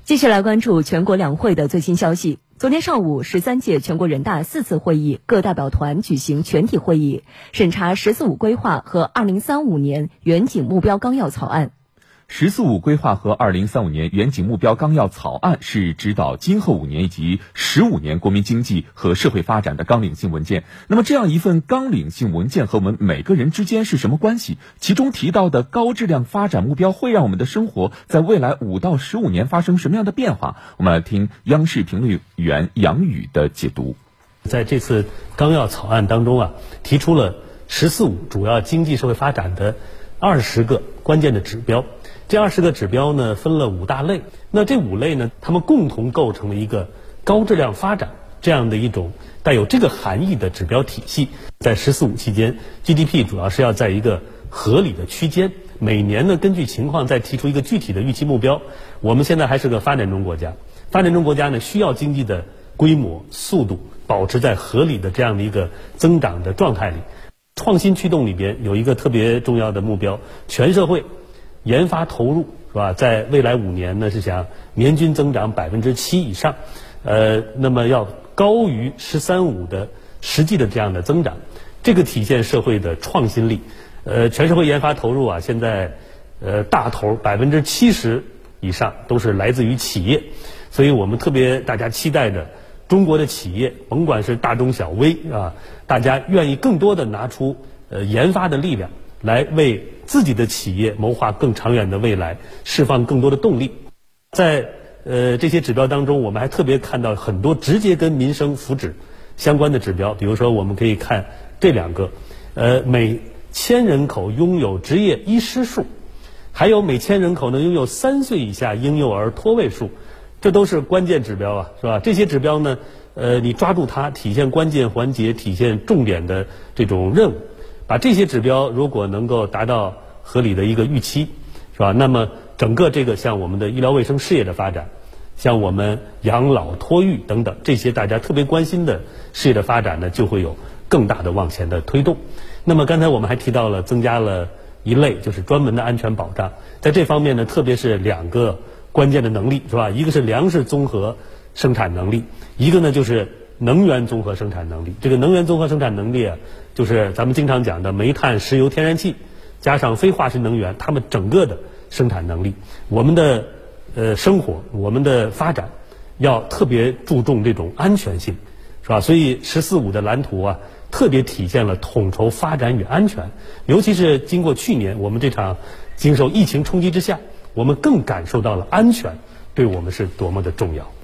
继续来关注全国两会的最新消息。昨天上午，13届全国人大4次会议各代表团举行全体会议，审查“十四五”规划和2035年远景目标纲要草案。 “十四五”规划和2035年远景目标纲要草案是指导今后5年以及15年国民经济和社会发展的纲领性文件。那么这样一份纲领性文件和我们每个人之间是什么关系？其中提到的高质量发展目标会让我们的生活在未来5到15年发生什么样的变化？我们来听央视评论员杨宇的解读。 在这次纲要草案当中提出了“十四五”主要经济社会发展的20个关键的指标。这20个指标呢，分了5大类。那这5类呢，它们共同构成了一个高质量发展这样的一种带有这个含义的指标体系。在“十四五”期间 ，GDP 主要是要在一个合理的区间，每年呢根据情况再提出一个具体的预期目标。我们现在还是个发展中国家，发展中国家呢需要经济的规模、速度保持在合理的这样的一个增长的状态里。创新驱动里边有一个特别重要的目标，全社会研发投入是吧？在未来5年呢，是想年均增长7%以上，那么要高于“十三五”的实际的这样的增长，这个体现社会的创新力。全社会研发投入现在大头70%以上都是来自于企业，所以我们特别大家期待着中国的企业，甭管是大中小微大家愿意更多的拿出研发的力量来为自己的企业谋划更长远的未来，释放更多的动力。在这些指标当中，我们还特别看到很多直接跟民生福祉相关的指标，比如说我们可以看这2个，每1000人口拥有职业医师数，还有每1000人口呢拥有3岁以下婴幼儿托位数，这都是关键指标是吧？这些指标呢，你抓住它，体现关键环节，体现重点的这种任务。把这些指标如果能够达到合理的一个预期，是吧？那么整个这个像我们的医疗卫生事业的发展，像我们养老托育等等这些大家特别关心的事业的发展呢，就会有更大的往前的推动。那么刚才我们还提到了增加了一类，就是专门的安全保障。在这方面呢，特别是2个关键的能力，是吧？一个是粮食综合生产能力，一个呢就是能源综合生产能力。这个能源综合生产能力就是咱们经常讲的煤炭、石油、天然气加上非化石能源，它们整个的生产能力。我们的生活，我们的发展要特别注重这种安全性，是吧？所以“十四五”的蓝图特别体现了统筹发展与安全。尤其是经过去年我们这场经受疫情冲击之下，我们更感受到了安全对我们是多么的重要。